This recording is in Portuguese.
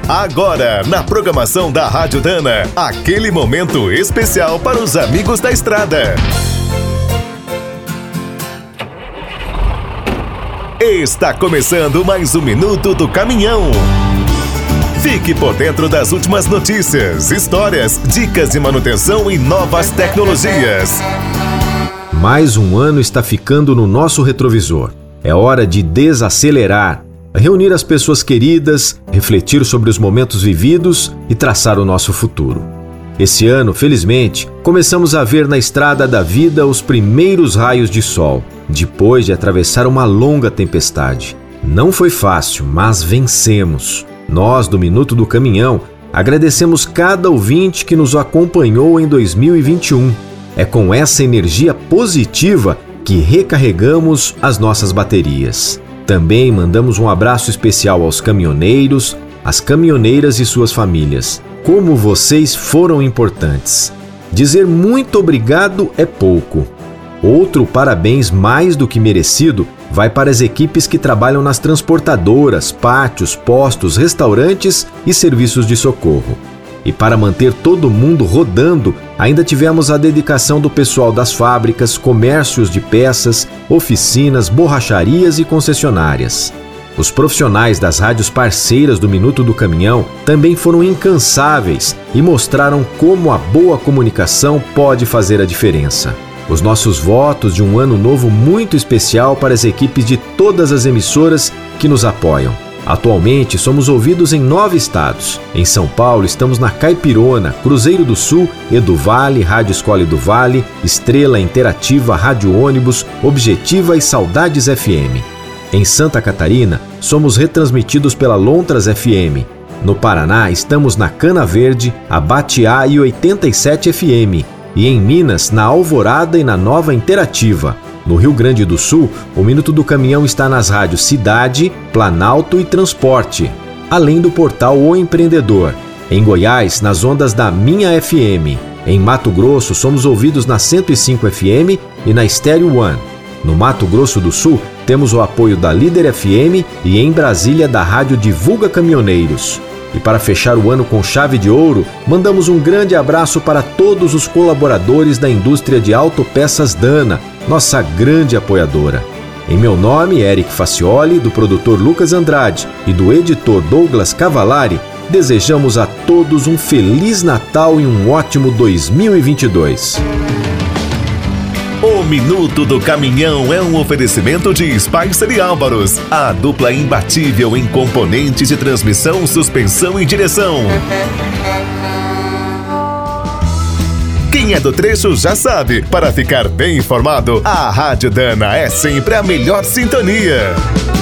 Agora, na programação da Rádio Dana, aquele momento especial para os amigos da estrada. Está começando mais um Minuto do Caminhão. Fique por dentro das últimas notícias, histórias, dicas de manutenção e novas tecnologias. Mais um ano está ficando no nosso retrovisor. É hora de desacelerar, reunir as pessoas queridas, refletir sobre os momentos vividos e traçar o nosso futuro. Esse ano, felizmente, começamos a ver na estrada da vida os primeiros raios de sol, depois de atravessar uma longa tempestade. Não foi fácil, mas vencemos. Nós, do Minuto do Caminhão, agradecemos cada ouvinte que nos acompanhou em 2021. É com essa energia positiva que recarregamos as nossas baterias. Também mandamos um abraço especial aos caminhoneiros, às caminhoneiras e suas famílias. Como vocês foram importantes. Dizer muito obrigado é pouco. Outro parabéns mais do que merecido vai para as equipes que trabalham nas transportadoras, pátios, postos, restaurantes e serviços de socorro. E para manter todo mundo rodando, ainda tivemos a dedicação do pessoal das fábricas, comércios de peças, oficinas, borracharias e concessionárias. Os profissionais das rádios parceiras do Minuto do Caminhão também foram incansáveis e mostraram como a boa comunicação pode fazer a diferença. Os nossos votos de um ano novo muito especial para as equipes de todas as emissoras que nos apoiam. Atualmente, somos ouvidos em 9 estados. Em São Paulo, estamos na Caipirona, Cruzeiro do Sul, Edu Vale, Rádio Escola Edu Vale, Estrela Interativa, Rádio Ônibus, Objetiva e Saudades FM. Em Santa Catarina, somos retransmitidos pela Lontras FM. No Paraná, estamos na Cana Verde, Abatiá e 87 FM. E em Minas, na Alvorada e na Nova Interativa. No Rio Grande do Sul, o Minuto do Caminhão está nas rádios Cidade, Planalto e Transporte, além do portal O Empreendedor. Em Goiás, nas ondas da Minha FM. Em Mato Grosso, somos ouvidos na 105 FM e na Stereo One. No Mato Grosso do Sul, temos o apoio da Líder FM e em Brasília da Rádio Divulga Caminhoneiros. E para fechar o ano com chave de ouro, mandamos um grande abraço para todos os colaboradores da indústria de autopeças Dana, nossa grande apoiadora. Em meu nome, Eric Facioli, do produtor Lucas Andrade e do editor Douglas Cavalari, desejamos a todos um Feliz Natal e um ótimo 2022. O Minuto do Caminhão é um oferecimento de Spicer e Álvaros, a dupla imbatível em componentes de transmissão, suspensão e direção. Quem é do trecho já sabe, para ficar bem informado, a Rádio Dana é sempre a melhor sintonia.